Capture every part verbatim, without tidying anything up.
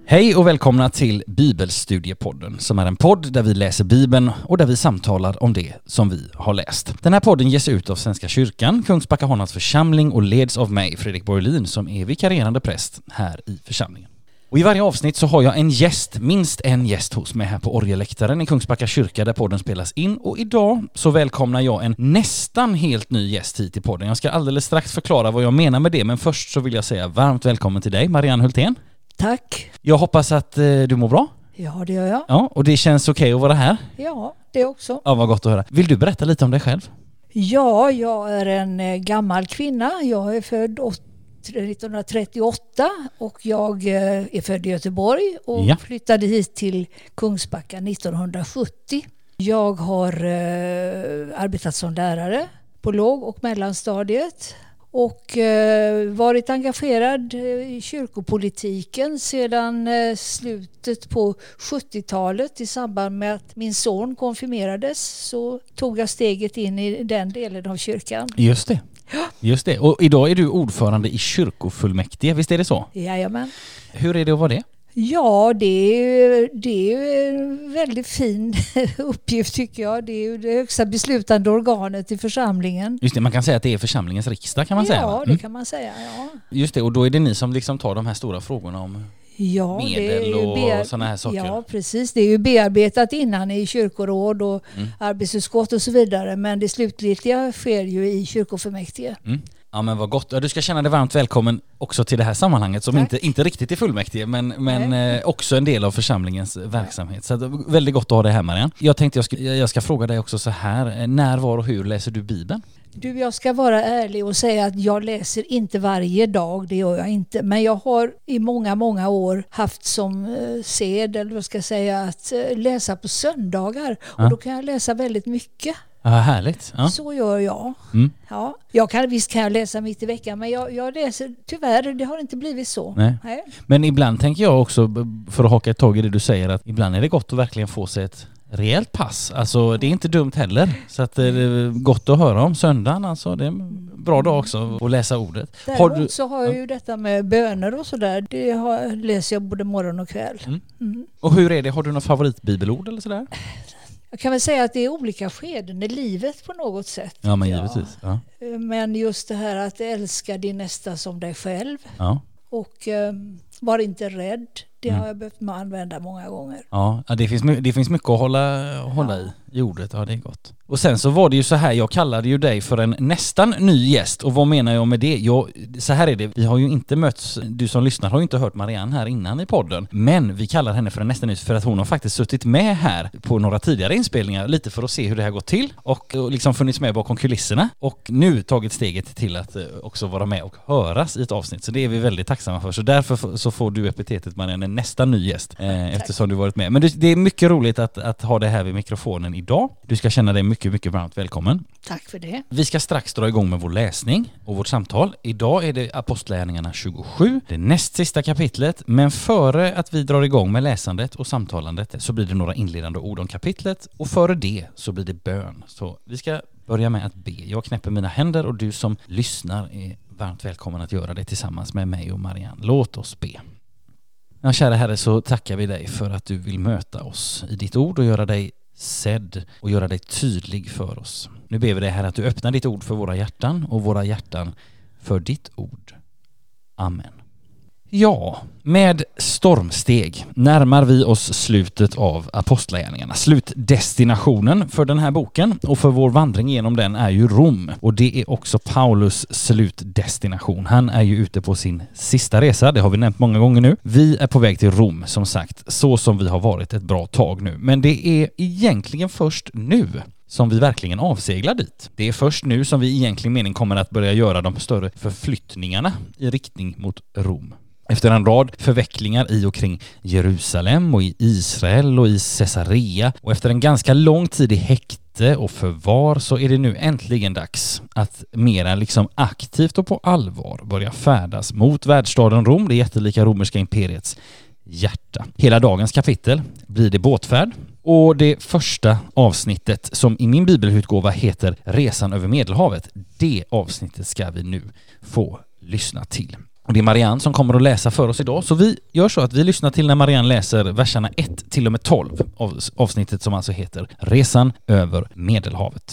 Hej och välkomna till Bibelstudiepodden, som är en podd där vi läser Bibeln och där vi samtalar om det som vi har läst. Den här podden ges ut av Svenska kyrkan, Kungsbacka församling och leds av mig, Fredrik Borgelin, som är vikarierande präst här i församlingen. Och i varje avsnitt så har jag en gäst, minst en gäst hos mig här på orgelläktaren i Kungsbacka kyrka där podden spelas in. Och idag så välkomnar jag en nästan helt ny gäst hit i podden. Jag ska alldeles strax förklara vad jag menar med det, men först så vill jag säga varmt välkommen till dig, Marianne Hultén. Tack. Jag hoppas att eh, du mår bra. Ja, det gör jag. Ja, och det känns okej okay att vara här. Ja, det också. Ja, vad gott att höra. Vill du berätta lite om dig själv? Ja, jag är en eh, gammal kvinna. Jag är född nittonhundratrettioåtta och jag eh, är född i Göteborg och ja. flyttade hit till Kungsbacka nittonhundrasjuttio. Jag har eh, arbetat som lärare på låg- och mellanstadiet. Och eh, varit engagerad i kyrkopolitiken sedan eh, slutet på sjuttiotalet. I samband med att min son konfirmerades så tog jag steget in i den delen av kyrkan. Just det. Ja. Just det. Och idag är du ordförande i kyrkofullmäktige, visst är det så? Jajamän. Hur är det att vara det? Ja, det är, det är en väldigt fin uppgift tycker jag. Det är ju det högsta beslutande organet i församlingen. Just det, man kan säga att det är församlingens riksdag kan man ja, säga. Ja, mm. det kan man säga, ja. Just det, och då är det ni som liksom tar de här stora frågorna om ja, medel och bear- sådana här saker. Ja, precis. Det är ju bearbetat innan i kyrkoråd och mm. arbetsutskott och så vidare. Men det slutgiltiga sker ju i kyrkofullmäktige. Mm. Ja, men vad gott. Du ska känna dig varmt välkommen också till det här sammanhanget som inte, inte riktigt är fullmäktige men, men eh, också en del av församlingens verksamhet. Så det väldigt gott att ha dig här, Marianne. Jag tänkte jag ska, jag ska fråga dig också så här. När, var och hur läser du Bibeln? Du, jag ska vara ärlig och säga att jag läser inte varje dag, det gör jag inte. Men jag har i många, många år haft som eh, sed, eller vad ska jag säga, att eh, läsa på söndagar. Och ja. Då kan jag läsa väldigt mycket. Ja, härligt. Ja. Så gör jag. Mm. Ja, jag kan, visst kan jag läsa mitt i veckan, men jag, jag läser, tyvärr, det har inte blivit så. Nej. Nej. Men ibland tänker jag också, för att haka ett tag i det du säger, att ibland är det gott att verkligen få sig ett rejält pass. Alltså det är inte dumt heller. Så att det är gott att höra om söndagen. Alltså det är en bra dag också att läsa ordet. Däremot har du... så har jag ju detta med böner och sådär. Det har, läser jag både morgon och kväll. Mm. Mm. Och hur är det? Har du något favoritbibelord eller sådär? Jag kan väl säga att det är olika skeden i livet på något sätt. Ja, men givetvis. Ja. Men just det här att älska din nästa som dig själv. Ja. Och um, var inte rädd. Det mm. har jag behövt använda många gånger. Ja, det finns, det finns mycket att hålla, hålla ja. i, i ordet. Ja, det är gott. Och sen så var det ju så här, jag kallade ju dig för en nästan ny gäst. Och vad menar jag med det? Jag, så här är det, vi har ju inte mötts, du som lyssnar har ju inte hört Marianne här innan i podden. Men vi kallar henne för en nästan ny för att hon har faktiskt suttit med här på några tidigare inspelningar. Lite för att se hur det här gått till. Och, och liksom funnits med bakom kulisserna. Och nu tagit steget till att också vara med och höras i ett avsnitt. Så det är vi väldigt tacksamma för. Så därför så får du epitetet Marianne en nästan ny gäst. Eh, eftersom du varit med. Men det, det är mycket roligt att, att ha det här vid mikrofonen idag. Du ska känna dig mycket, mycket varmt välkommen. Tack för det. Vi ska strax dra igång med vår läsning och vårt samtal. Idag är det Apostlagärningarna tjugosju, det näst sista kapitlet. Men före att vi drar igång med läsandet och samtalandet så blir det några inledande ord om kapitlet. Och före det så blir det bön. Så vi ska börja med att be. Jag knäpper mina händer och du som lyssnar är varmt välkommen att göra det tillsammans med mig och Marianne. Låt oss be. Ja, kära Herre, så tackar vi dig för att du vill möta oss i ditt ord och göra dig sedd och göra dig tydlig för oss. Nu ber vi dig, Herre, att du öppnar ditt ord för våra hjärtan och våra hjärtan för ditt ord. Amen. Ja, med stormsteg närmar vi oss slutet av Apostlagärningarna. Slutdestinationen för den här boken och för vår vandring genom den är ju Rom. Och det är också Paulus slutdestination. Han är ju ute på sin sista resa, det har vi nämnt många gånger nu. Vi är på väg till Rom, som sagt, så som vi har varit ett bra tag nu. Men det är egentligen först nu som vi verkligen avseglar dit. Det är först nu som vi i egentlig mening kommer att börja göra de större förflyttningarna i riktning mot Rom. Efter en rad förvecklingar i och kring Jerusalem och i Israel och i Caesarea och efter en ganska lång tid i häkte och förvar så är det nu äntligen dags att mera liksom aktivt och på allvar börja färdas mot världsstaden Rom, det jättelika romerska imperiets hjärta. Hela dagens kapitel blir det båtfärd och det första avsnittet som i min bibelutgåva heter Resan över Medelhavet, det avsnittet ska vi nu få lyssna till. Och det är Marianne som kommer att läsa för oss idag. Så vi gör så att vi lyssnar till när Marianne läser verserna ett till och med tolv av avsnittet som alltså heter Resan över Medelhavet.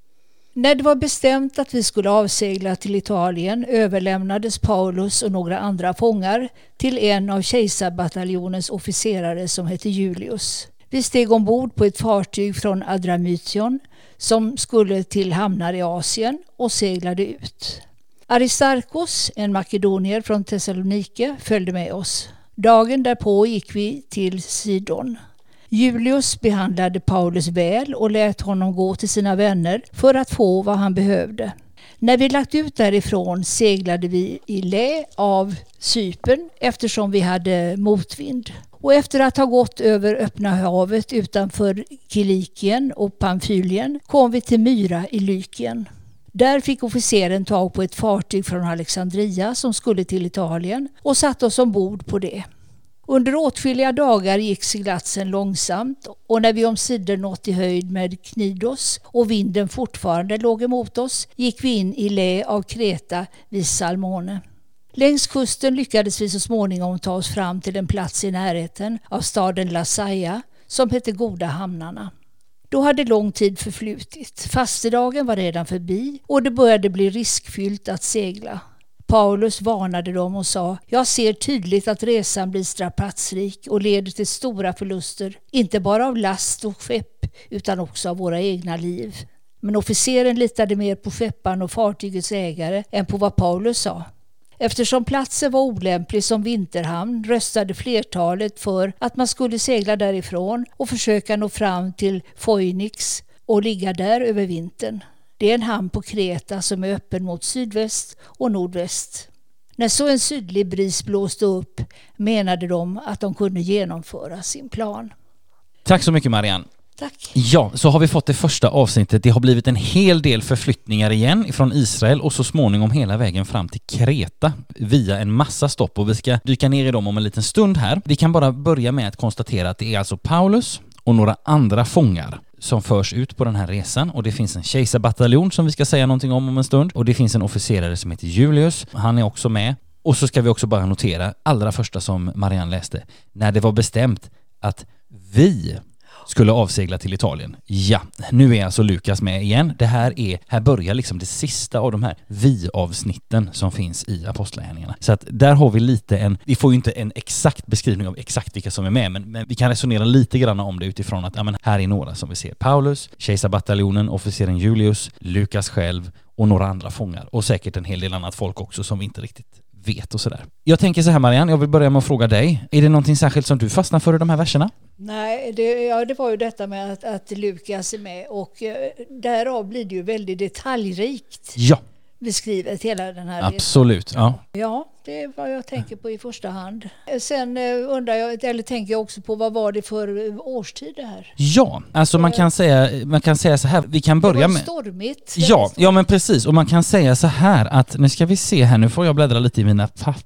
När det var bestämt att vi skulle avsegla till Italien överlämnades Paulus och några andra fångar till en av kejsarbataljonens officerare som hette Julius. Vi steg ombord på ett fartyg från Adramytion som skulle till hamnar i Asien och seglade ut. Aristarkos, en makedonier från Thessalonike, följde med oss. Dagen därpå gick vi till Sidon. Julius behandlade Paulus väl och lät honom gå till sina vänner för att få vad han behövde. När vi lagt ut därifrån seglade vi i lä av Cypern eftersom vi hade motvind. Och efter att ha gått över öppna havet utanför Kilikien och Pamfylien kom vi till Myra i Lykien. Där fick officeren tag på ett fartyg från Alexandria som skulle till Italien och satte oss ombord på det. Under åtskilliga dagar gick seglatsen långsamt och när vi omsider nått i höjd med Knidos och vinden fortfarande låg emot oss gick vi in i lä av Kreta vid Salmone. Längs kusten lyckades vi så småningom ta oss fram till en plats i närheten av staden Lassaia som hette Goda hamnarna. Då hade lång tid förflutit. Fastedagen var redan förbi och det började bli riskfyllt att segla. Paulus varnade dem och sa: jag ser tydligt att resan blir strapatsrik och leder till stora förluster, inte bara av last och skepp utan också av våra egna liv. Men officeren litade mer på skepparen och fartygets ägare än på vad Paulus sa. Eftersom platsen var olämplig som vinterhamn röstade flertalet för att man skulle segla därifrån och försöka nå fram till Phoenix och ligga där över vintern. Det är en hamn på Kreta som är öppen mot sydväst och nordväst. När så en sydlig bris blåste upp menade de att de kunde genomföra sin plan. Tack så mycket, Marianne. Tack. Ja, så har vi fått det första avsnittet. Det har blivit en hel del förflyttningar igen från Israel och så småningom hela vägen fram till Kreta via en massa stopp, och vi ska dyka ner i dem om en liten stund här. Vi kan bara börja med att konstatera att det är alltså Paulus och några andra fångar som förs ut på den här resan, och det finns en kejsarbataljon som vi ska säga någonting om om en stund, och det finns en officerare som heter Julius, han är också med. Och så ska vi också bara notera allra första som Marianne läste, när det var bestämt att vi skulle avsegla till Italien. Ja, nu är alltså Lukas med igen. Det här är, här börjar liksom det sista av de här vi-avsnitten som finns i Apostlagärningarna. Så att där har vi lite en, vi får ju inte en exakt beskrivning av exakt vilka som är med, men, men vi kan resonera lite grann om det utifrån att ja, men här är några som vi ser. Paulus, kejsarbataljonen, officeren Julius, Lukas själv och några andra fångar. Och säkert en hel del annat folk också som vi inte riktigt vet och sådär. Jag tänker så här, Marianne, jag vill börja med att fråga dig. Är det någonting särskilt som du fastnar för i de här verserna? Nej, det, ja, det var ju detta med att, att Lukas är med, och eh, därav blir det ju väldigt detaljrikt. Ja. Beskrivet hela den här Absolut, resan. Ja. Ja, det är vad jag tänker på i första hand. Sen eh, undrar jag, eller tänker jag också på, vad var det för årstid det här? Ja, alltså man kan säga, man kan säga så här, vi kan börja med... Det var stormigt. Ja, stormigt. Ja, men precis, och man kan säga så här att, nu ska vi se här, nu får jag bläddra lite i mina papper.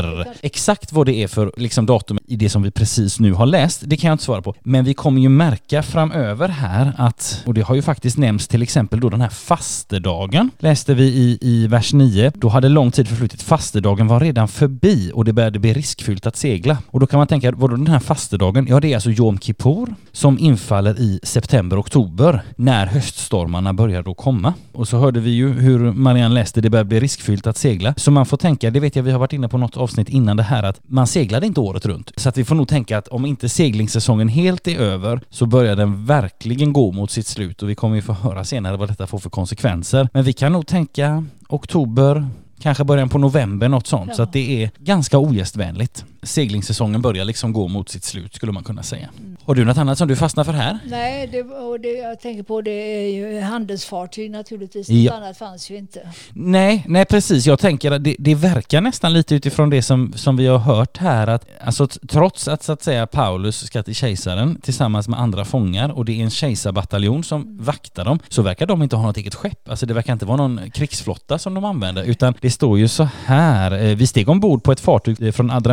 Exakt vad det är för liksom datum i det som vi precis nu har läst, det kan jag inte svara på. Men vi kommer ju märka framöver här att, och det har ju faktiskt nämnts till exempel då den här fastedagen, läste vi i, i vers nio, då hade lång tid förflutit, fastedagen var redan förbi och det började bli riskfyllt att segla. Och då kan man tänka, vad då den här fastedagen? Ja, det är alltså Yom Kippur som infaller i september-oktober när höststormarna börjar då komma. Och så hörde vi ju hur Marianne läste, det började bli riskfyllt att segla. Så man får tänka, det vet jag vi har varit inne på något avsnitt innan det här, att man seglade inte året runt. Så att vi får nog tänka att om inte seglingssäsongen helt är över så börjar den verkligen gå mot sitt slut, och vi kommer ju få höra senare vad detta får för konsekvenser. Men vi kan nog tänka oktober, kanske början på november, något sånt. Ja. Så att det är ganska ogästvänligt. Seglingssäsongen börjar liksom gå mot sitt slut, skulle man kunna säga. Mm. Har du något annat som du fastnar för här? Nej, det, och det jag tänker på, det är ju handelsfartyg naturligtvis. Ja. Något annat fanns ju inte. Nej, nej precis. Jag tänker att det, det verkar nästan lite utifrån det som, som vi har hört här, att alltså, trots att så att säga Paulus ska till kejsaren tillsammans med andra fångar och det är en kejsarbataljon som mm. vaktar dem, så verkar de inte ha något eget skepp. Alltså det verkar inte vara någon krigsflotta som de använder, utan det står ju så här: vi steg ombord på ett fartyg från Adramytion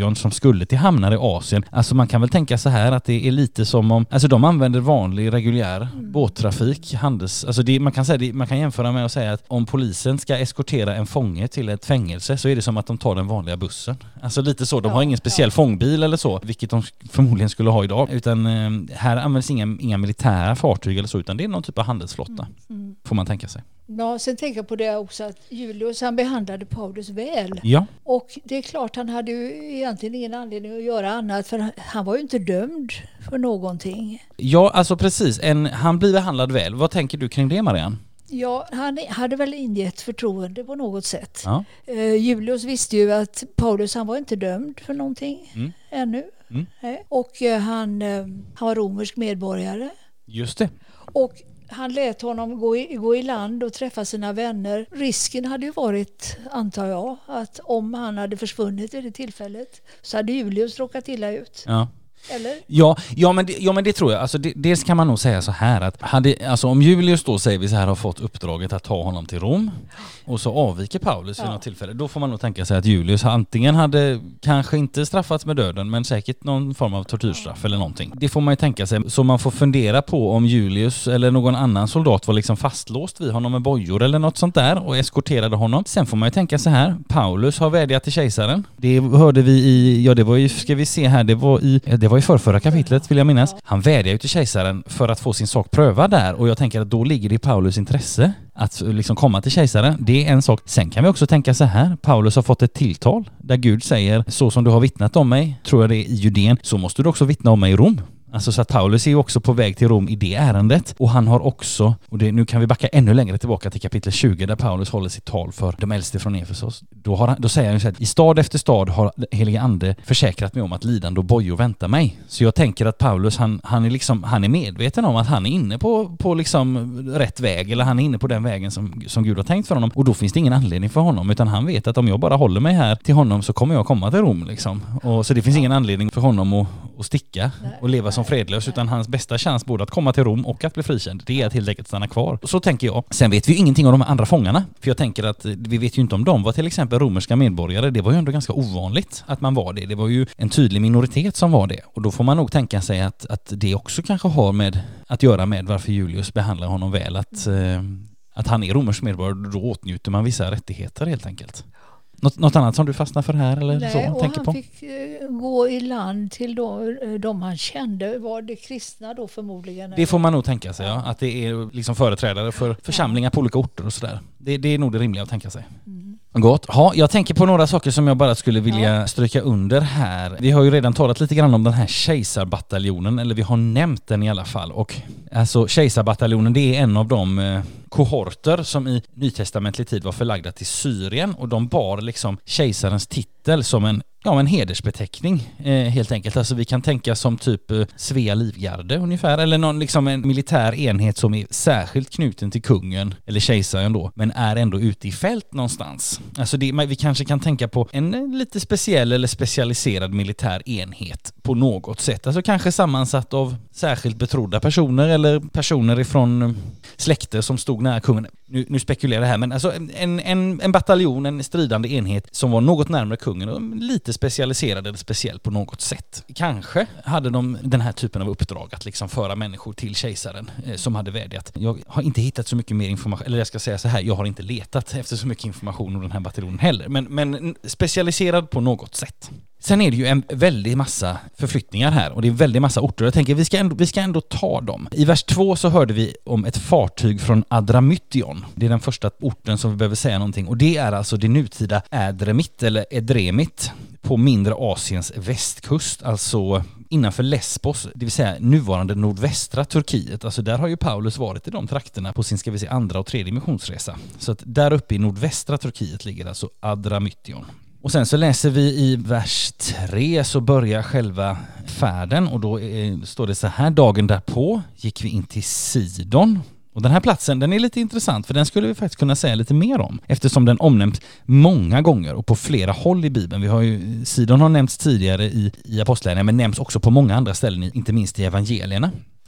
lejon som skulle till hamnar i Asien. Alltså man kan väl tänka så här att det är lite som om, alltså de använder vanlig reguljär mm. båttrafik, handels, alltså det, man kan säga det, man kan jämföra med att säga att om polisen ska eskortera en fånge till ett fängelse så är det som att de tar den vanliga bussen. Alltså lite så, de ja, har ingen speciell ja. fångbil eller så, vilket de förmodligen skulle ha idag, utan eh, här används inga, inga militära fartyg eller så, utan det är någon typ av handelsflotta, mm. Mm. får man tänka sig. Ja, sen tänker jag på det också att Julius, han behandlade Paulus väl. Ja. Och det är klart, han hade ju egentligen ingen anledning att göra annat, för han var ju inte dömd för någonting. Ja, alltså precis. En, han blir behandlad väl. Vad tänker du kring det, Marianne? Ja, han hade väl ingett förtroende på något sätt. Ja. Uh, Julius visste ju att Paulus, han var inte dömd för någonting mm. ännu. Mm. Och uh, han, uh, han var romersk medborgare. Just det. Och han lät honom gå i, gå i land och träffa sina vänner. Risken hade ju varit, antar jag, att om han hade försvunnit i det tillfället så hade Julius råkat illa ut. Ja. Eller? Ja, ja, men det, ja, men det tror jag. Alltså det, dels kan man nog säga så här att hade, alltså om Julius då, säger vi så här, har fått uppdraget att ta honom till Rom och så avviker Paulus ja. vid något tillfälle, då får man nog tänka sig att Julius antingen hade kanske inte straffats med döden, men säkert någon form av tortyrstraff eller någonting. Det får man ju tänka sig. Så man får fundera på om Julius eller någon annan soldat var liksom fastlåst vid honom med bojor eller något sånt där och eskorterade honom. Sen får man ju tänka så här, Paulus har vädjat till kejsaren. Det hörde vi i, ja det var ju, ska vi se här, det var i, det var i förrförra kapitlet vill jag minnas. Han vädjar ju till kejsaren för att få sin sak prövad där, och jag tänker att då ligger det i Paulus intresse att liksom komma till kejsaren. Det är en sak. Sen kan vi också tänka så här, Paulus har fått ett tilltal där Gud säger, så som du har vittnat om mig, tror jag det är i Judén, så måste du också vittna om mig i Rom. Alltså så att Paulus är ju också på väg till Rom i det ärendet, och han har också, och det, nu kan vi backa ännu längre tillbaka till kapitel tjugo där Paulus håller sitt tal för de äldste från Efesos. Då, har han, då säger han ju så att i stad efter stad har heliga ande försäkrat mig om att lidande och bojor väntar mig. Så jag tänker att Paulus, han, han, är, liksom, han är medveten om att han är inne på, på liksom rätt väg, eller han är inne på den vägen som, som Gud har tänkt för honom, och då finns det ingen anledning för honom, utan han vet att om jag bara håller mig här till honom så kommer jag komma till Rom liksom. Och så det finns ingen anledning för honom att, att sticka och leva som fredlös, utan hans bästa chans både att komma till Rom och att bli frikänd, det är att helt enkelt stanna kvar. Så tänker jag. Sen vet vi ju ingenting om de andra fångarna, för jag tänker att vi vet ju inte om de var till exempel romerska medborgare. Det var ju ändå ganska ovanligt att man var det. Det var ju en tydlig minoritet som var det, och då får man nog tänka sig att, att det också kanske har med att göra med varför Julius behandlar honom väl, att, eh, att han är romersk medborgare, då åtnjuter man vissa rättigheter helt enkelt. Något, något annat som du fastnar för här eller Nej, så? Och tänker han på? fick uh, gå i land till de, de han kände. Var det kristna då förmodligen? Det får man nog tänka sig, ja. Att det är liksom företrädare för församlingar på olika orter och sådär. Det, det är nog det rimliga att tänka sig. Mm. Gott. Ja, jag tänker på några saker som jag bara skulle vilja ja. stryka under här. Vi har ju redan talat lite grann om den här kejsarbataljonen, eller vi har nämnt den i alla fall. Och alltså kejsarbataljonen, det är en av de eh, kohorter som i nytestamentlig tid var förlagda till Syrien, och de bar liksom kejsarens titel som en Ja, en hedersbeteckning eh, helt enkelt. Alltså vi kan tänka som typ eh, Svea livgarde ungefär, eller någon liksom en militär enhet som är särskilt knuten till kungen eller kejsaren då, men är ändå ute i fält någonstans. Alltså det, vi kanske kan tänka på en eh, lite speciell eller specialiserad militär enhet på något sätt. Alltså kanske sammansatt av särskilt betrodda personer eller personer ifrån eh, släkter som stod nära kungen. Nu, nu spekulerar jag här, men alltså en, en, en bataljon, en stridande enhet som var något närmare kungen och lite specialiserad eller speciell på något sätt. Kanske hade de den här typen av uppdrag att liksom föra människor till kejsaren eh, som hade vädjat. Jag har inte hittat så mycket mer information, eller jag ska säga så här, jag har inte letat efter så mycket information om den här bataljonen heller, men, men specialiserad på något sätt. Sen är det ju en väldigt massa förflyttningar här, och det är väldigt massa orter. Jag tänker vi ska ändå, vi ska ändå ta dem. I vers två så hörde vi om ett fartyg från Adramyttion. Det är den första orten som vi behöver säga någonting, och det är alltså det nutida Adremit eller Edremit på mindre Asiens västkust, alltså innanför Lesbos, det vill säga nuvarande nordvästra Turkiet. Alltså där har ju Paulus varit i de trakterna på sin, ska vi se, andra och tredje missionsresa. Så att där uppe i nordvästra Turkiet ligger alltså Adramyttion. Och sen så läser vi i vers tre, så börjar själva färden, och då är, står det så här: dagen därpå gick vi in till Sidon. Och den här platsen, den är lite intressant, för den skulle vi faktiskt kunna säga lite mer om, eftersom den omnämns många gånger och på flera håll i Bibeln. Vi har ju, Sidon har nämnts tidigare i, i Apostlagärningarna, men nämns också på många andra ställen, inte minst i evangelierna.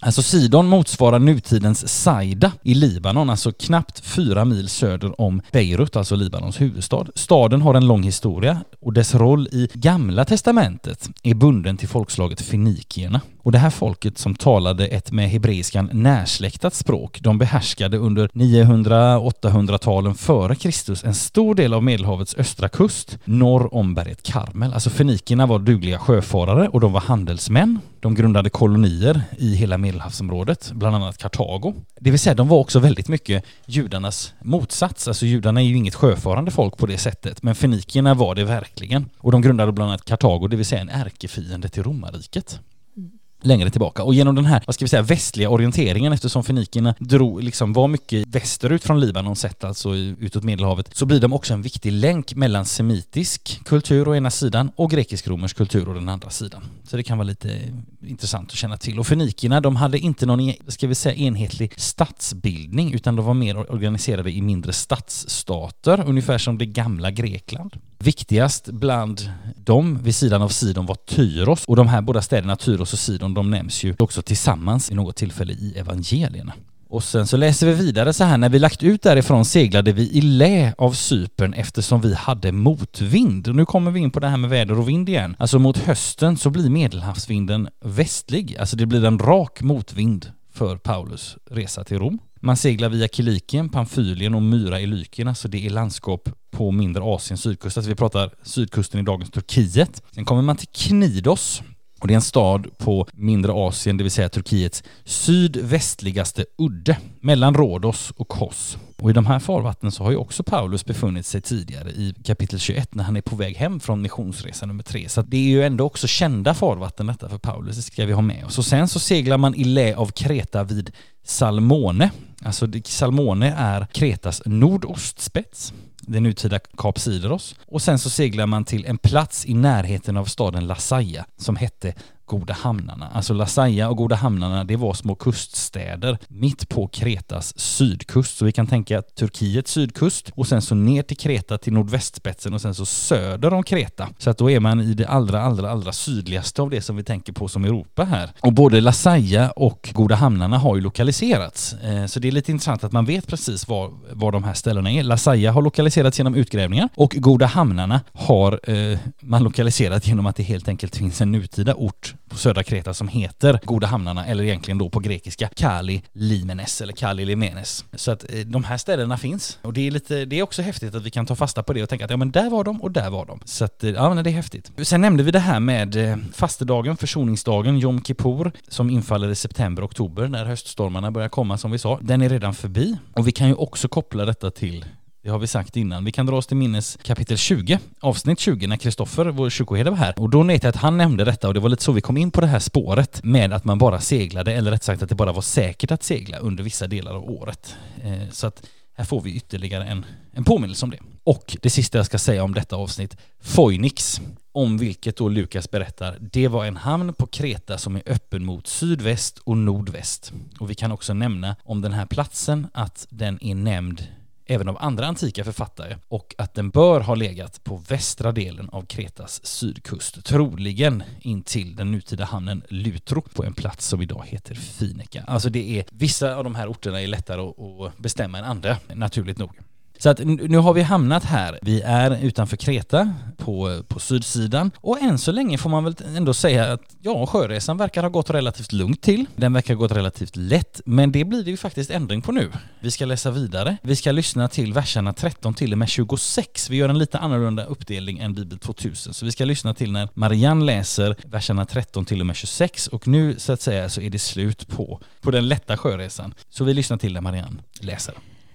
Alltså Sidon motsvarar nutidens Saida i Libanon, alltså knappt fyra mil söder om Beirut, alltså Libanons huvudstad. Staden har en lång historia och dess roll i Gamla testamentet är bunden till folkslaget fenikierna. Och det här folket som talade ett med hebreiskan närsläktat språk, de behärskade under niohundra-åttahundratalen före Kristus en stor del av Medelhavets östra kust norr om berget Karmel. Alltså fenikierna var dugliga sjöfarare och de var handelsmän. De grundade kolonier i hela Medelhavsområdet, bland annat Kartago. Det vill säga de var också väldigt mycket judarnas motsats. Alltså judarna är ju inget sjöfarande folk på det sättet, men fenikierna var det verkligen. Och de grundade bland annat Kartago, det vill säga en ärkefiende till romarriket. Längre tillbaka. Och genom den här, vad ska vi säga, västliga orienteringen, eftersom fenikierna drog, liksom, var mycket västerut från Libanon sett, alltså utåt Medelhavet, så blir de också en viktig länk mellan semitisk kultur å ena sidan och grekisk-romersk kultur å den andra sidan. Så det kan vara lite intressant att känna till. Och fenikierna, de hade inte någon, ska vi säga, enhetlig statsbildning, utan de var mer organiserade i mindre stadsstater, ungefär som det gamla Grekland. Viktigast bland dem vid sidan av Sidon var Tyros, och de här båda städerna, Tyros och Sidon, de nämns ju också tillsammans i något tillfälle i evangelierna. Och sen så läser vi vidare så här: när vi lagt ut därifrån seglade vi i lä av Cypern eftersom vi hade motvind. Och nu kommer vi in på det här med väder och vind igen. Alltså mot hösten så blir medelhavsvinden västlig. Alltså det blir en rak motvind för Paulus resa till Rom. Man seglar via Kilikien, Pamfylien och Myra i Lykierna, så det är landskap på mindre Asiens sydkust. Alltså vi pratar sydkusten i dagens Turkiet. Sen kommer man till Knidos. Och det är en stad på mindre Asien, det vill säga Turkiets sydvästligaste udde, mellan Rhodos och Kos. Och i de här farvattnen så har ju också Paulus befunnit sig tidigare i kapitel tjugoett när han är på väg hem från missionsresan nummer tre. Så det är ju ändå också kända farvatten detta för Paulus, det ska vi ha med oss. Och sen så seglar man i lä av Kreta vid Salmone. Alltså Salmone är Kretas nordostspets, det nutida Kap Sideros. Och sen så seglar man till en plats i närheten av staden Lasaya som hette Goda hamnarna. Alltså Lasaya och Goda hamnarna, det var små kuststäder mitt på Kretas sydkust. Så vi kan tänka Turkiets sydkust och sen så ner till Kreta till nordvästspetsen och sen så söder om Kreta. Så att då är man i det allra, allra, allra sydligaste av det som vi tänker på som Europa här. Och både Lasaya och Goda hamnarna har ju lokaliserats. Så det är lite intressant att man vet precis var, var de här ställena är. Lasaya har lokaliserats genom utgrävningar och Goda hamnarna har eh, man lokaliserat genom att det helt enkelt finns en nutida ort på södra Kreta som heter Goda hamnarna, eller egentligen då på grekiska Kali Limenes eller Kali Limenes. Så att eh, de här ställena finns, och det är lite, det är också häftigt att vi kan ta fasta på det och tänka att ja, men där var de och där var de. Så att, ja, men det är häftigt. Sen nämnde vi det här med eh, fastedagen, försoningsdagen, Yom Kippur, som infaller i september, oktober när höststormarna börjar komma, som vi sa. Den är redan förbi, och vi kan ju också koppla detta till, det har vi sagt innan, vi kan dra oss till minnes kapitel tjugo, avsnitt tjugo, när Kristoffer, vår kyrkoherde, var här. Och då vet jag att han nämnde detta, och det var lite så vi kom in på det här spåret med att man bara seglade, eller rätt sagt att det bara var säkert att segla under vissa delar av året. Eh, så att här får vi ytterligare en, en påminnelse om det. Och det sista jag ska säga om detta avsnitt, Phoenix, om vilket då Lukas berättar, det var en hamn på Kreta som är öppen mot sydväst och nordväst. Och vi kan också nämna om den här platsen att den är nämnd även av andra antika författare, och att den bör ha legat på västra delen av Kretas sydkust, troligen in till den nutida hamnen Lutro på en plats som idag heter Finika. Alltså det är, vissa av de här orterna är lättare att bestämma än andra, naturligt nog. Så att nu har vi hamnat här. Vi är utanför Kreta på, på sydsidan, och än så länge får man väl ändå säga att ja, sjöresan verkar ha gått relativt lugnt till. Den verkar ha gått relativt lätt, men det blir det ju faktiskt ändring på nu. Vi ska läsa vidare. Vi ska lyssna till verserna tretton till och med tjugosex. Vi gör en lite annorlunda uppdelning än Bibel tvåtusen. Så vi ska lyssna till när Marianne läser verserna tretton till och med tjugosex, och nu så att säga så är det slut på, på den lätta sjöresan. Så vi lyssnar till när Marianne läser.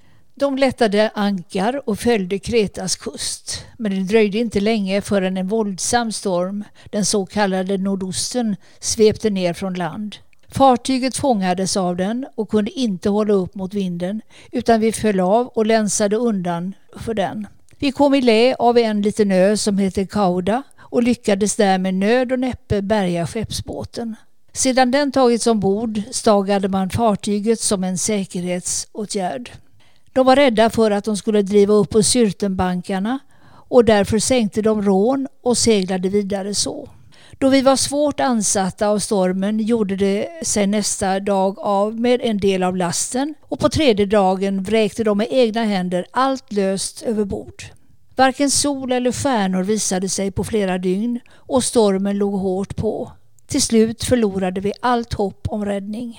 De lättade ankar och följde Kretas kust, men det dröjde inte länge förrän en våldsam storm, den så kallade nordosten, svepte ner från land. Fartyget fångades av den och kunde inte hålla upp mot vinden, utan vi föll av och länsade undan för den. Vi kom i lä av en liten ö som heter Kauda och lyckades där med nöd och näppe bärga skeppsbåten. Sedan den tagits ombord stagade man fartyget som en säkerhetsåtgärd. De var rädda för att de skulle driva upp på Syrtenbankarna, och därför sänkte de rån och seglade vidare så. Då vi var svårt ansatta av stormen gjorde det sig nästa dag av med en del av lasten och på tredje dagen vräkte de med egna händer allt löst över bord. Varken sol eller stjärnor visade sig på flera dygn och stormen låg hårt på. Till slut förlorade vi allt hopp om räddning.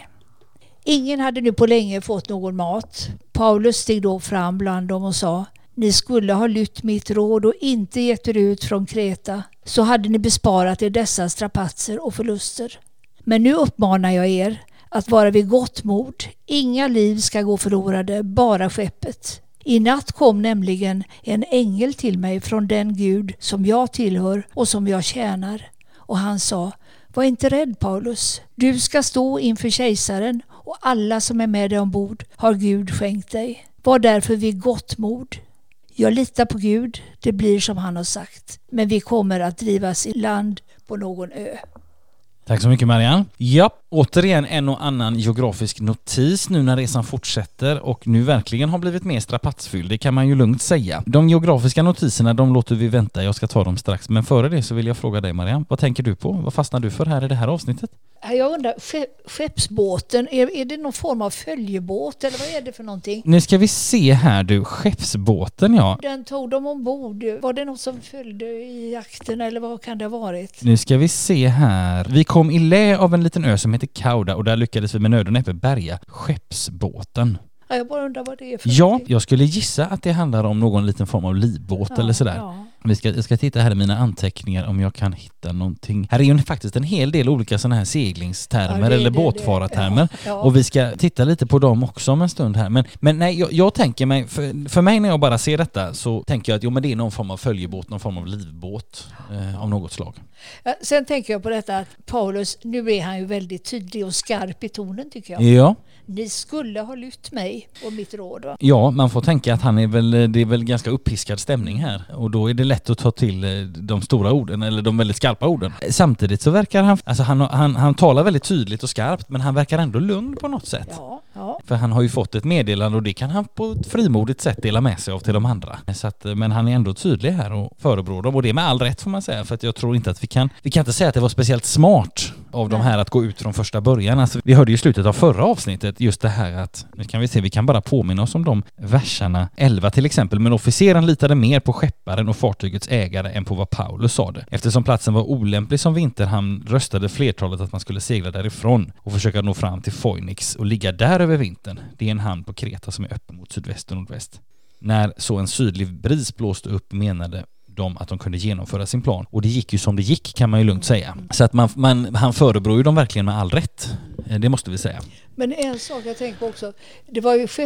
Ingen hade nu på länge fått någon mat. Paulus steg då fram bland dem och sa: ni skulle ha lytt mitt råd och inte gett er ut från Kreta, så hade ni besparat er dessa strapatser och förluster. Men nu uppmanar jag er att vara vid gott mod. Inga liv ska gå förlorade, bara skeppet. I natt kom nämligen en ängel till mig från den Gud som jag tillhör och som jag tjänar. Och han sa: var inte rädd, Paulus. Du ska stå inför kejsaren och alla som är med dig ombord har Gud skänkt dig. Var därför vid gott mod. Jag litar på Gud, det blir som han har sagt. Men vi kommer att drivas i land på någon ö. Tack så mycket, Marianne. Ja, återigen en och annan geografisk notis nu när resan fortsätter och nu verkligen har blivit mer strapatsfylld, det kan man ju lugnt säga. De geografiska notiserna, de låter vi vänta, jag ska ta dem strax. Men före det så vill jag fråga dig, Marianne, vad tänker du på? Vad fastnar du för här i det här avsnittet? Jag undrar, skeppsbåten, är, är det någon form av följebåt eller vad är det för någonting? Nu ska vi se här du, skeppsbåten, ja. Den tog de ombord. Var det något som följde i jakten eller vad kan det ha varit? Nu ska vi se här. Vi kom i lä av en liten ö som heter Cauda och där lyckades vi med nöd och näppe bärga skeppsbåten. Ja, jag bara undrar vad det är för Ja, någonting. jag skulle gissa att det handlar om någon liten form av livbåt ja, eller sådär. Ja. Vi ska, jag ska titta här i mina anteckningar om jag kan hitta någonting. Här är ju faktiskt en hel del olika sådana här seglingstermer ja, det, eller det, båtfarartermer. Det. Ja, ja. Och vi ska titta lite på dem också om en stund här. Men, men nej, jag, jag tänker mig, för, för mig när jag bara ser detta så tänker jag att jo, men det är någon form av följebåt, någon form av livbåt eh, av något slag. Ja, sen tänker jag på detta att Paulus, nu är han ju väldigt tydlig och skarp i tonen tycker jag. Ja. Ni skulle ha lytt mig och mitt råd, va? Ja, man får tänka att han är väl, det är väl ganska uppiskad stämning här. Och då är det lätt att ta till de stora orden, eller de väldigt skarpa orden. Samtidigt så verkar han, alltså han, han, han talar väldigt tydligt och skarpt, men han verkar ändå lugn på något sätt. Ja, ja. För han har ju fått ett meddelande och det kan han på ett frimodigt sätt dela med sig av till de andra. Så att, men han är ändå tydlig här och förebrår dem. Och det är med all rätt får man säga, för att jag tror inte att vi kan, vi kan inte säga att det var speciellt smart av de här att gå ut från första början. Alltså, vi hörde ju i slutet av förra avsnittet just det här att, nu kan vi se, vi kan bara påminna oss om de verserna elva till exempel, men officeren litade mer på skepparen och fartygets ägare än på vad Paulus sa det. Eftersom platsen var olämplig som vinterhamn röstade flertalet att man skulle segla därifrån och försöka nå fram till Phoenix och ligga där över vintern. Det är en hamn på Kreta som är öppen mot sydväst och nordväst. När så en sydlig bris blåste upp menade de att de kunde genomföra sin plan. Och det gick ju som det gick kan man ju lugnt säga. Så att man, man, han förebrår ju dem verkligen med all rätt. Det måste vi säga. Men en sak jag tänker på också, det var ju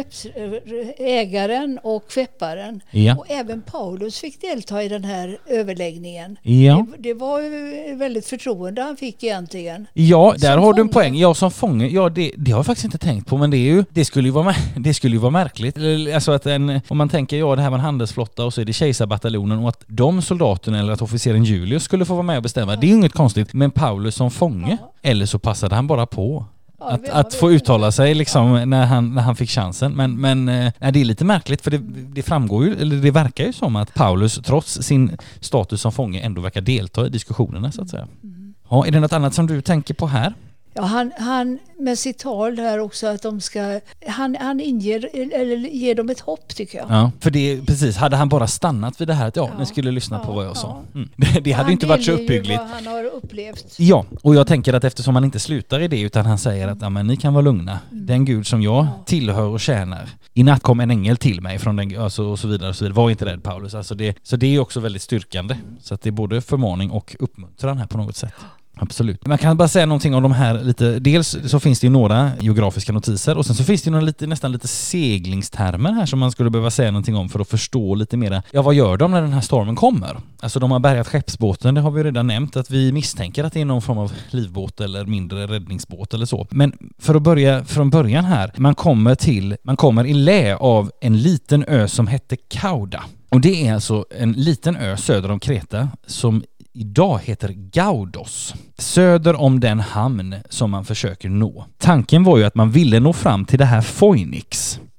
skeppsägaren och skepparen ja. Och även Paulus fick delta i den här överläggningen. Ja. Det, det var ju väldigt förtroende han fick egentligen. Ja, där som har du en poäng. Jag som fånge, ja det, det har jag faktiskt inte tänkt på, men det är ju, det skulle ju vara, det skulle ju vara märkligt. Alltså att en, om man tänker, ja det här var en handelsflotta och så är det kejsarbataljonen och att de soldaterna eller att officeren Julius skulle få vara med och bestämma. Ja. Det är ju inget konstigt, men Paulus som fånge, ja. Eller så passade han bara på. Ja, att, att få uttala sig liksom ja. när, han, när han fick chansen. Men, men nej, det är lite märkligt för det, det framgår ju, eller det verkar ju som att Paulus trots sin status som fånge ändå verkar delta i diskussionerna så att säga. Mm. Ja, är det något annat som du tänker på här? Ja, han, han med sitt tal här också att de ska, han, han inger, eller ger dem ett hopp tycker jag. Ja, för det, precis, hade han bara stannat vid det här att ja, ja ni skulle lyssna ja, på vad jag ja. sa. Mm. Det, det hade inte varit så uppbyggligt. Vad han har upplevt. Ja, och jag tänker att eftersom han inte slutar i det utan han säger att ja, men ni kan vara lugna. Mm. Den Gud som jag ja. tillhör och tjänar. I natt kom en ängel till mig från den, alltså, och så vidare och så vidare. Var inte rädd Paulus. Alltså det, så det är också väldigt styrkande. Mm. Så att det är både förmaning och uppmuntran här på något sätt. Absolut. Man kan bara säga någonting om de här lite, dels så finns det ju några geografiska notiser och sen så finns det ju några lite, nästan lite seglingstermer här som man skulle behöva säga någonting om för att förstå lite mera. Ja, vad gör de när den här stormen kommer? Alltså de har bärgat skeppsbåten, det har vi redan nämnt att vi misstänker att det är någon form av livbåt eller mindre räddningsbåt eller så. Men för att börja från början här, man kommer till, man kommer i lä av en liten ö som hette Cauda. Och det är alltså en liten ö söder om Kreta som idag heter Gaudos, söder om den hamn som man försöker nå. Tanken var ju att man ville nå fram till det här Phoenix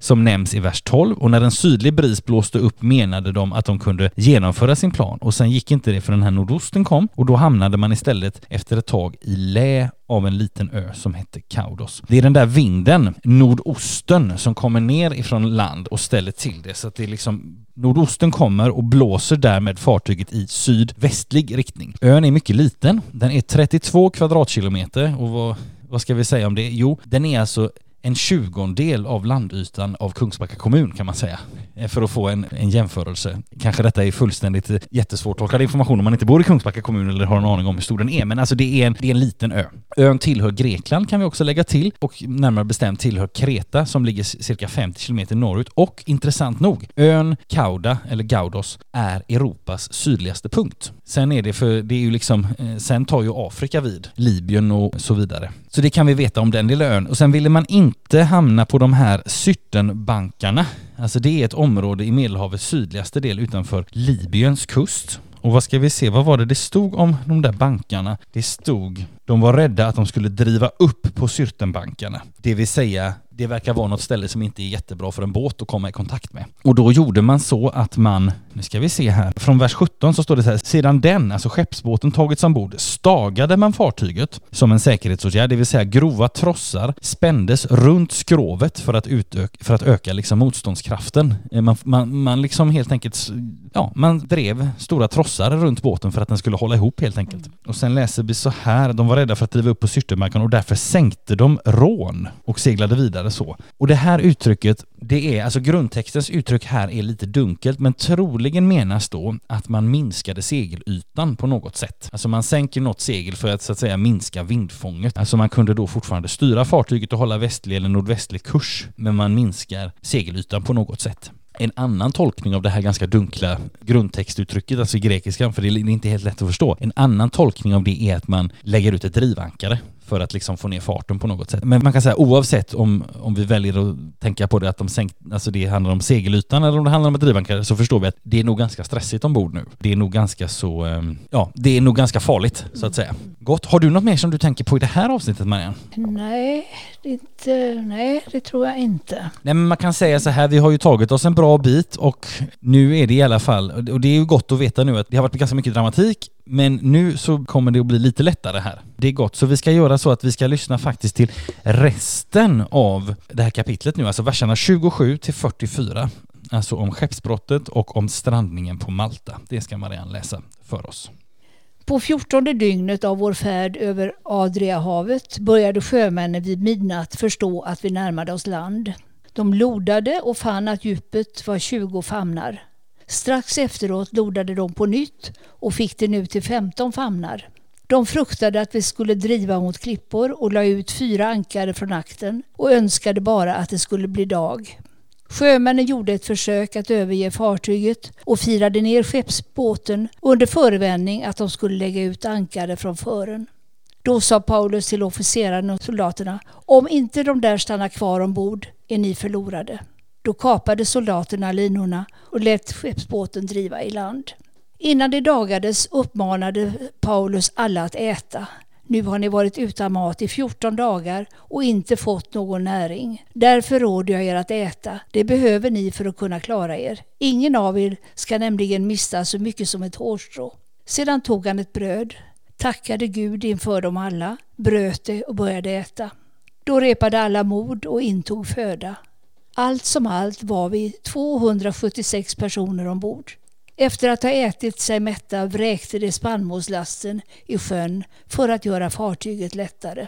som nämns i vers tolv, och när en sydlig bris blåste upp menade de att de kunde genomföra sin plan, och sen gick inte det för den här nordosten kom, och då hamnade man istället efter ett tag i lä av en liten ö som hette Kaudos. Det är den där vinden, nordosten, som kommer ner ifrån land och ställer till det, så att det är liksom nordosten kommer och blåser därmed fartyget i sydvästlig riktning. Ön är mycket liten, den är trettiotvå kvadratkilometer, och vad, vad ska vi säga om det? Jo, den är alltså en tjugondel av landytan av Kungsbacka kommun, kan man säga. För att få en, en jämförelse. Kanske detta är fullständigt jättesvårt tolkad information om man inte bor i Kungsbacka kommun eller har en aning om hur stor den är. Men alltså det är en, det är en liten ö. Ön tillhör Grekland, kan vi också lägga till. Och närmare bestämt tillhör Kreta, som ligger cirka femtio kilometer norrut. Och intressant nog, ön Kauda, eller Gaudos, är Europas sydligaste punkt. Sen är det för, det är ju liksom, sen tar ju Afrika vid, Libyen och så vidare. Så det kan vi veta om den lilla ön. Och sen ville man inte hamna på de här Syrtenbankarna. Alltså det är ett område i Medelhavets sydligaste del utanför Libyens kust. Och vad ska vi se, vad var det det stod om de där bankarna? Det stod, de var rädda att de skulle driva upp på Syrtenbankarna. Det vill säga, det verkar vara något ställe som inte är jättebra för en båt att komma i kontakt med. Och då gjorde man så att man, nu ska vi se här, från vers sjutton så står det så här: sedan den, alltså skeppsbåten, tagits ombord, stagade man fartyget som en säkerhetsåtgärd, det vill säga grova trossar spändes runt skrovet för att, utöka, för att öka liksom motståndskraften. Man, man, man liksom helt enkelt, ja, man drev stora trossar runt båten för att den skulle hålla ihop helt enkelt. Och sen läser vi så här: de var rädda för att driva upp på Syrtenbanken och därför sänkte de rån och seglade vidare så. Och det här uttrycket, det är, alltså grundtextens uttryck här är lite dunkelt, men troligen menas då att man minskade segelytan på något sätt. Alltså man sänker något segel för att så att säga minska vindfånget. Alltså man kunde då fortfarande styra fartyget och hålla västlig eller nordvästlig kurs, men man minskar segelytan på något sätt. En annan tolkning av det här ganska dunkla grundtextuttrycket, alltså i grekiskan, för det är inte helt lätt att förstå. En annan tolkning av det är att man lägger ut ett drivankare för att liksom få ner farten på något sätt. Men man kan säga, oavsett om, om vi väljer att tänka på det att de sänkt, alltså det handlar om segelytan eller om det handlar om ett drivankare, så förstår vi att det är nog ganska stressigt ombord nu. Det är nog ganska så, ja, det är nog ganska farligt så att säga. Gott. Har du något mer som du tänker på i det här avsnittet, Marianne? Nej, inte, nej, det tror jag inte. Nej, men man kan säga så här, vi har ju tagit oss en bra bit och nu är det i alla fall, och det är ju gott att veta nu att det har varit ganska mycket dramatik, men nu så kommer det att bli lite lättare här. Det är gott, så vi ska göra så att vi ska lyssna faktiskt till resten av det här kapitlet nu, alltså verserna tjugosju till fyrtiofyra, alltså om skeppsbrottet och om strandningen på Malta. Det ska Marianne läsa för oss. På fjortonde dygnet av vår färd över Adriahavet började sjömännen vid midnatt förstå att vi närmade oss land. De lodade och fann att djupet var tjugo famnar. Strax efteråt lodade de på nytt och fick det nu till femton famnar. De fruktade att vi skulle driva mot klippor och la ut fyra ankare från akten och önskade bara att det skulle bli dag. Sjömännen gjorde ett försök att överge fartyget och firade ner skeppsbåten under förevändning att de skulle lägga ut ankare från fören. Då sa Paulus till officerarna och soldaterna: om inte de där stannar kvar ombord är ni förlorade. Då kapade soldaterna linorna och lät skeppsbåten driva i land. Innan det dagades uppmanade Paulus alla att äta. Nu har ni varit utan mat i fjorton dagar och inte fått någon näring. Därför råder jag er att äta. Det behöver ni för att kunna klara er. Ingen av er ska nämligen mista så mycket som ett hårstrå. Sedan tog han ett bröd, tackade Gud inför dem alla, bröt det och började äta. Då repade alla mod och intog föda. Allt som allt var vi tvåhundrasjuttiosex personer ombord. Efter att ha ätit sig mätta vräkte de spannmålslasten i sjön för att göra fartyget lättare.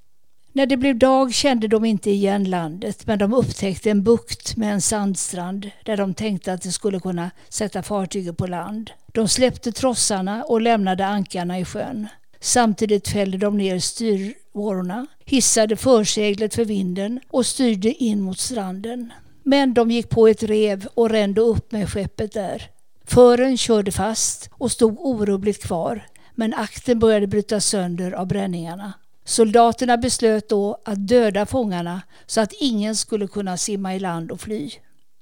När det blev dag kände de inte igen landet, men de upptäckte en bukt med en sandstrand där de tänkte att de skulle kunna sätta fartyget på land. De släppte trossarna och lämnade ankarna i sjön. Samtidigt fällde de ner styrvårorna, hissade förseglet för vinden och styrde in mot stranden. Men de gick på ett rev och rände upp med skeppet där. Fören körde fast och stod orubbligt kvar, men akten började bryta sönder av bränningarna. Soldaterna beslöt då att döda fångarna så att ingen skulle kunna simma i land och fly.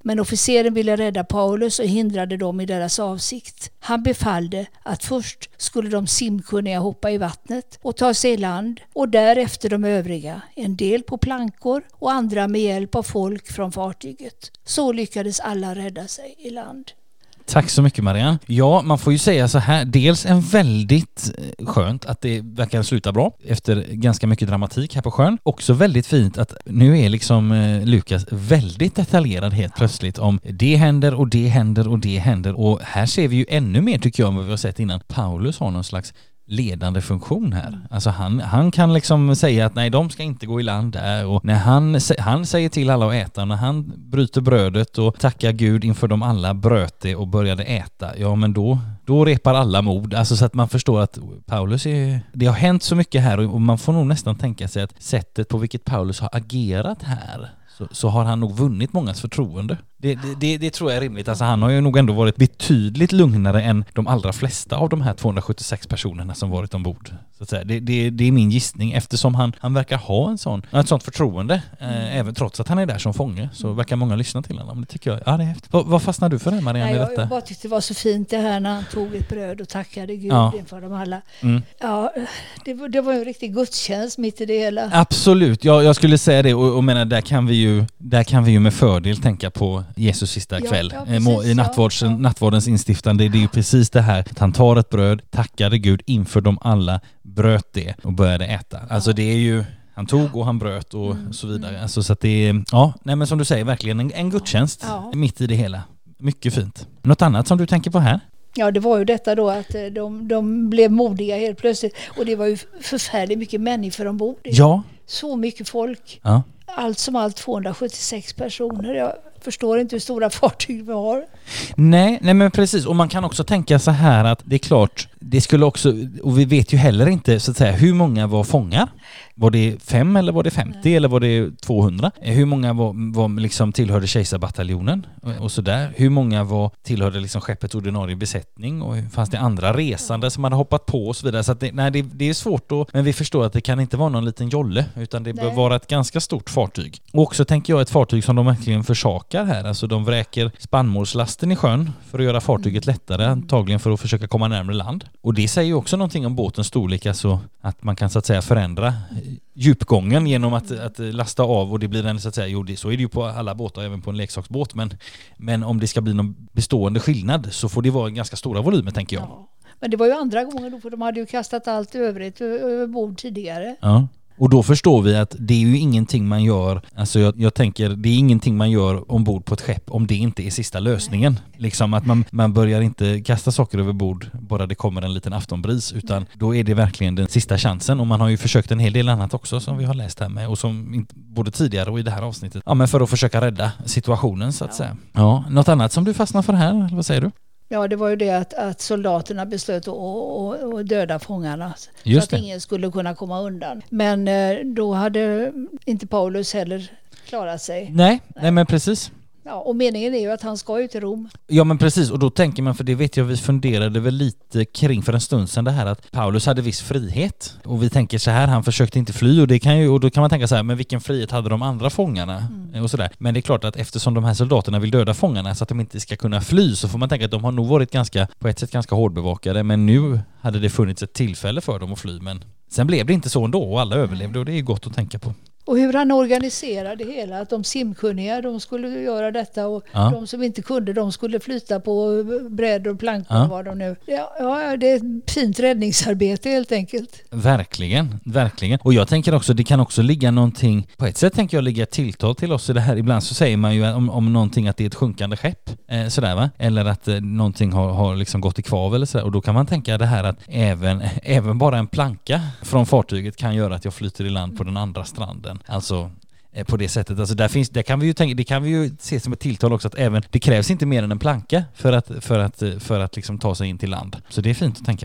Men officeren ville rädda Paulus och hindrade dem i deras avsikt. Han befallde att först skulle de simkunniga hoppa i vattnet och ta sig i land och därefter de övriga, en del på plankor och andra med hjälp av folk från fartyget. Så lyckades alla rädda sig i land. Tack så mycket, Marianne. Ja, man får ju säga så här. Dels en väldigt skönt att det verkar sluta bra efter ganska mycket dramatik här på sjön. Också väldigt fint att nu är liksom eh, Lukas väldigt detaljerad helt plötsligt om det händer och det händer och det händer. Och här ser vi ju ännu mer, tycker jag, än vad vi har sett innan. Paulus har någon slags ledande funktion här. Alltså han, han kan liksom säga att nej, de ska inte gå i land där, och när han, han säger till alla att äta, när han bryter brödet och tackar Gud inför dem alla, bröt det och började äta, ja men då då repar alla mod. Alltså så att man förstår att Paulus är, det har hänt så mycket här, och man får nog nästan tänka sig att sättet på vilket Paulus har agerat här, så, så har han nog vunnit mångas förtroende. Det, det, det, det tror jag är rimligt. Alltså han har ju nog ändå varit betydligt lugnare än de allra flesta av de här tvåhundrasjuttiosex personerna som varit ombord. Så att säga. Det, det, det är min gissning, eftersom han, han verkar ha en sån, ett sånt förtroende. Eh, även trots att han är där som fånge, så verkar många lyssna till honom. Det tycker jag, ja det är häftigt. Vad, vad fastnar du för det, Marianne? Nej, i jag, detta? jag bara tyckte det var så fint det här när han tog ett bröd och tackade Gud ja. inför dem alla. Mm. Ja, det, var, det var en riktig gudstjänst mitt i det hela. Absolut, jag, jag skulle säga det, och, och menar, där kan vi ju där kan vi ju med fördel tänka på Jesus sista Ja, kväll. ja, precis, I nattvårds, ja, ja. nattvårdens instiftande, det är ju precis det här. Att han tar ett bröd, tackade Gud inför dem alla, bröt det och började äta. Alltså det är ju, han tog och han bröt och Mm. så vidare. Alltså så att det är, ja, nej men som du säger, verkligen en, en gudstjänst Ja. mitt i det hela. Mycket fint. Något annat som du tänker på här? Ja, det var ju detta då att de, de blev modiga helt plötsligt. Och det var ju förfärligt mycket människor ombord. Ja. Så mycket folk. Ja. Allt som allt tvåhundrasjuttiosex personer. Jag förstår inte hur stora fartyg vi har. Nej, nej men precis. Och man kan också tänka så här att det är klart, det skulle också, och vi vet ju heller inte så att säga hur många var fångar. Var det fem eller var det femtio Nej. eller var det tvåhundra? Hur många var, var liksom tillhörde kejsarbataljonen och så där? Hur många var tillhörde liksom skeppets ordinarie besättning, och fanns det andra resande som hade hoppat på och så vidare? Så att det, nej, det, det är svårt att, men vi förstår att det kan inte vara någon liten jolle, utan det Nej. bör vara ett ganska stort fartyg. Och också tänker jag ett fartyg som de verkligen försakar här. Alltså de vräker spannmålslasten i sjön för att göra fartyget lättare, antagligen för att försöka komma närmare land. Och det säger ju också någonting om båtens storlek, alltså att man kan så att säga förändra djupgången genom att, att lasta av, och det blir en så att säga, jo det, så är det ju på alla båtar, även på en leksaksbåt, men, men om det ska bli någon bestående skillnad så får det vara ganska stora volymer, tänker jag. Ja. Men det var ju andra gånger då, för de hade ju kastat allt övrigt över bord tidigare. Ja. Och då förstår vi att det är ju ingenting man gör, alltså jag, jag tänker, det är ingenting man gör ombord på ett skepp om det inte är sista lösningen. Nej. Liksom att man, man börjar inte kasta saker över bord bara det kommer en liten aftonbris, utan Nej. då är det verkligen den sista chansen. Och man har ju försökt en hel del annat också som vi har läst här med, och som både tidigare och i det här avsnittet. Ja, men för att försöka rädda situationen så att ja. säga. Ja, något annat som du fastnar för här, eller vad säger du? Ja, det var ju det att, att soldaterna beslöt att, att, att döda fångarna. Just så att det. ingen skulle kunna komma undan. Men då hade inte Paulus heller klarat sig. Nej, nej, nej men precis. Ja, och meningen är ju att han ska ut till Rom. Ja men precis, och då tänker man, för det vet jag vi funderade väl lite kring för en stund sedan, det här att Paulus hade viss frihet, och vi tänker så här, han försökte inte fly, och det kan ju, och då kan man tänka så här, men vilken frihet hade de andra fångarna mm. och sådär. Men det är klart att eftersom de här soldaterna vill döda fångarna så att de inte ska kunna fly, så får man tänka att de har nog varit ganska, på ett sätt ganska hårdbevakade, men nu hade det funnits ett tillfälle för dem att fly, men sen blev det inte så ändå, och alla överlevde, och det är gott att tänka på. Och hur han organiserade det hela, att de simkunniga, de skulle göra detta, och ja. de som inte kunde, de skulle flytta på brädor och plankor ja. var de nu. Ja, ja, det är ett fint räddningsarbete helt enkelt. Verkligen, verkligen. Och jag tänker också, det kan också ligga någonting, på ett sätt tänker jag ligga tilltal till oss i det här. Ibland så säger man ju om, om någonting att det är ett sjunkande skepp, eh, sådär va? Eller att eh, någonting har, har liksom gått i kvav eller sådär. Och då kan man tänka det här att även, även bara en planka från fartyget kan göra att jag flyter i land på den andra stranden. Alltså på det sättet, alltså där finns, där kan vi ju tänka, det kan vi ju se som ett tilltal också, att även det krävs inte mer än en planka för att för att för att liksom ta sig in till land. Så det är fint att tänka på.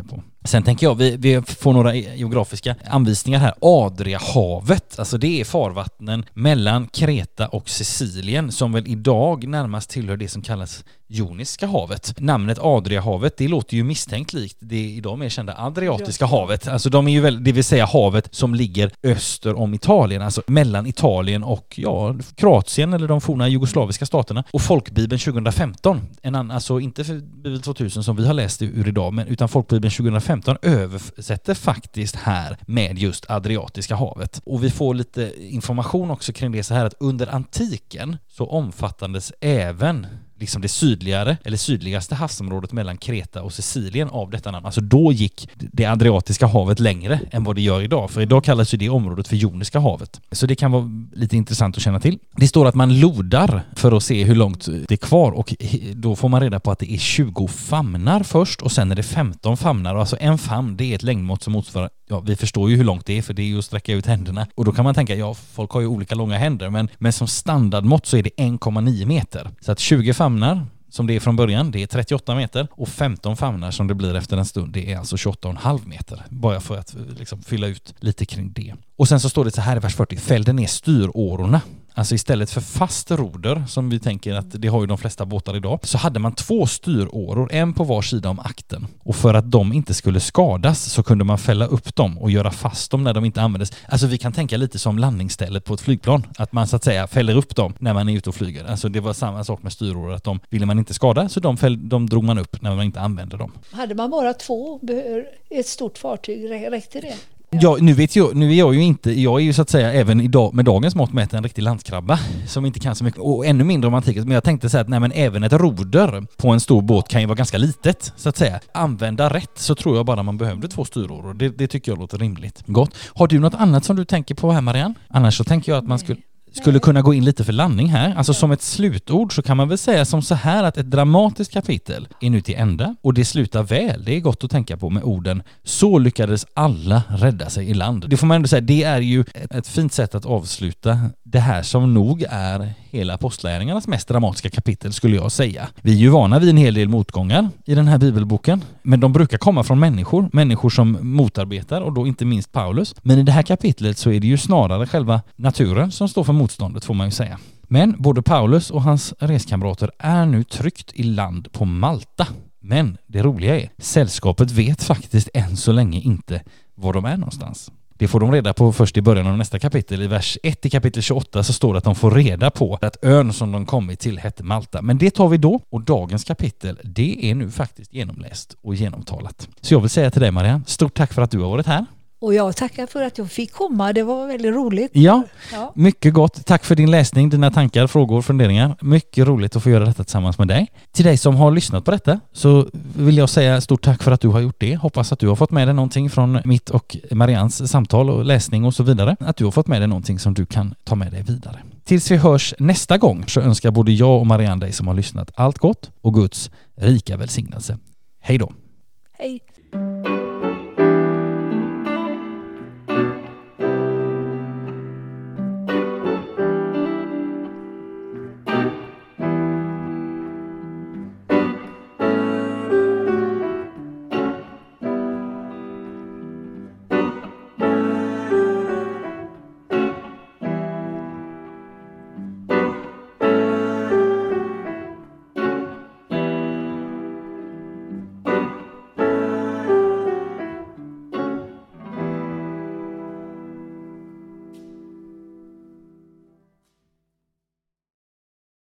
Sen tänker jag, vi, vi får några geografiska anvisningar här. Adriahavet, alltså det är farvattnen mellan Kreta och Sicilien som väl idag närmast tillhör det som kallas Joniska havet. Namnet Adriahavet, det låter ju misstänkt likt det idag mer kända Adriatiska havet. Alltså de är ju väl, det vill säga havet som ligger öster om Italien, alltså mellan Italien och ja, Kroatien eller de forna jugoslaviska staterna. Och Folkbibeln tjugohundrafemton, en annan, alltså inte för Bibel tvåtusen som vi har läst ur idag, men utan Folkbibeln tjugohundrafemton översätter faktiskt här med just Adriatiska havet. Och vi får lite information också kring det så här att under antiken så omfattades även liksom det sydligare eller sydligaste havsområdet mellan Kreta och Sicilien av detta namn. Alltså då gick det Adriatiska havet längre än vad det gör idag. För idag kallas ju det området för Joniska havet. Så det kan vara lite intressant att känna till. Det står att man lodar för att se hur långt det är kvar och då får man reda på att det är tjugo famnar först och sen är det femton famnar. Och alltså en famn, det är ett längdmått som motsvarar, ja vi förstår ju hur långt det är för det är ju att sträcka ut händerna. Och då kan man tänka, ja folk har ju olika långa händer men, men som standardmått så är det en komma nio meter. Så att tjugo famnar som det är från början, det är trettioåtta meter och femton famnar som det blir efter en stund, det är alltså tjugoåtta komma fem meter. Bara för att liksom fylla ut lite kring det. Och sen så står det så här i vers fyrtio, fällde ner styrårorna. Alltså istället för fast roder, som vi tänker att det har ju de flesta båtar idag, så hade man två styråror, en på var sida om akten. Och för att de inte skulle skadas så kunde man fälla upp dem och göra fast dem när de inte användes. Alltså vi kan tänka lite som landningsstället på ett flygplan. Att man så att säga fäller upp dem när man är ute och flyger. Alltså det var samma sak med styråror, att de ville man inte skada så de, fäll, de drog man upp när man inte använde dem. Hade man bara två, ett stort fartyg, räckte det? Ja, nu vet jag, nu är jag ju inte, jag är ju så att säga även idag med dagens mått mätt en riktig landskrabba som inte kan så mycket och ännu mindre om antiket, men jag tänkte säga att nej men även ett roder på en stor båt kan ju vara ganska litet så att säga. Använda rätt så tror jag bara man behövde två styråror. Det, det tycker jag låter rimligt. Gott. Har du något annat som du tänker på här Marianne? Annars så tänker jag att man skulle skulle kunna gå in lite för landning här. Alltså som ett slutord så kan man väl säga som så här att ett dramatiskt kapitel är nu till ända och det slutar väl. Det är gott att tänka på med orden så lyckades alla rädda sig i land. Det får man ändå säga, det är ju ett, ett fint sätt att avsluta det här som nog är hela apostlagärningarnas mest dramatiska kapitel skulle jag säga. Vi är ju vana vid en hel del motgångar i den här bibelboken, men de brukar komma från människor, människor som motarbetar och då inte minst Paulus. Men i det här kapitlet så är det ju snarare själva naturen som står för motståndet får man ju säga. Men både Paulus och hans reskamrater är nu tryggt i land på Malta. Men det roliga är, sällskapet vet faktiskt än så länge inte var de är någonstans. Det får de reda på först i början av nästa kapitel. I vers ett i kapitel tjugoåtta så står det att de får reda på att ön som de kommit till hette Malta. Men det tar vi då och dagens kapitel, det är nu faktiskt genomläst och genomtalat. Så jag vill säga till dig Marianne, stort tack för att du har varit här. Och jag tackar för att jag fick komma. Det var väldigt roligt. Ja, ja, mycket gott. Tack för din läsning, dina tankar, frågor, funderingar. Mycket roligt att få göra detta tillsammans med dig. Till dig som har lyssnat på detta så vill jag säga stort tack för att du har gjort det. Hoppas att du har fått med dig någonting från mitt och Marians samtal och läsning och så vidare. Att du har fått med dig någonting som du kan ta med dig vidare. Tills vi hörs nästa gång så önskar både jag och Marianne dig som har lyssnat allt gott och Guds rika välsignelse. Hej då! Hej!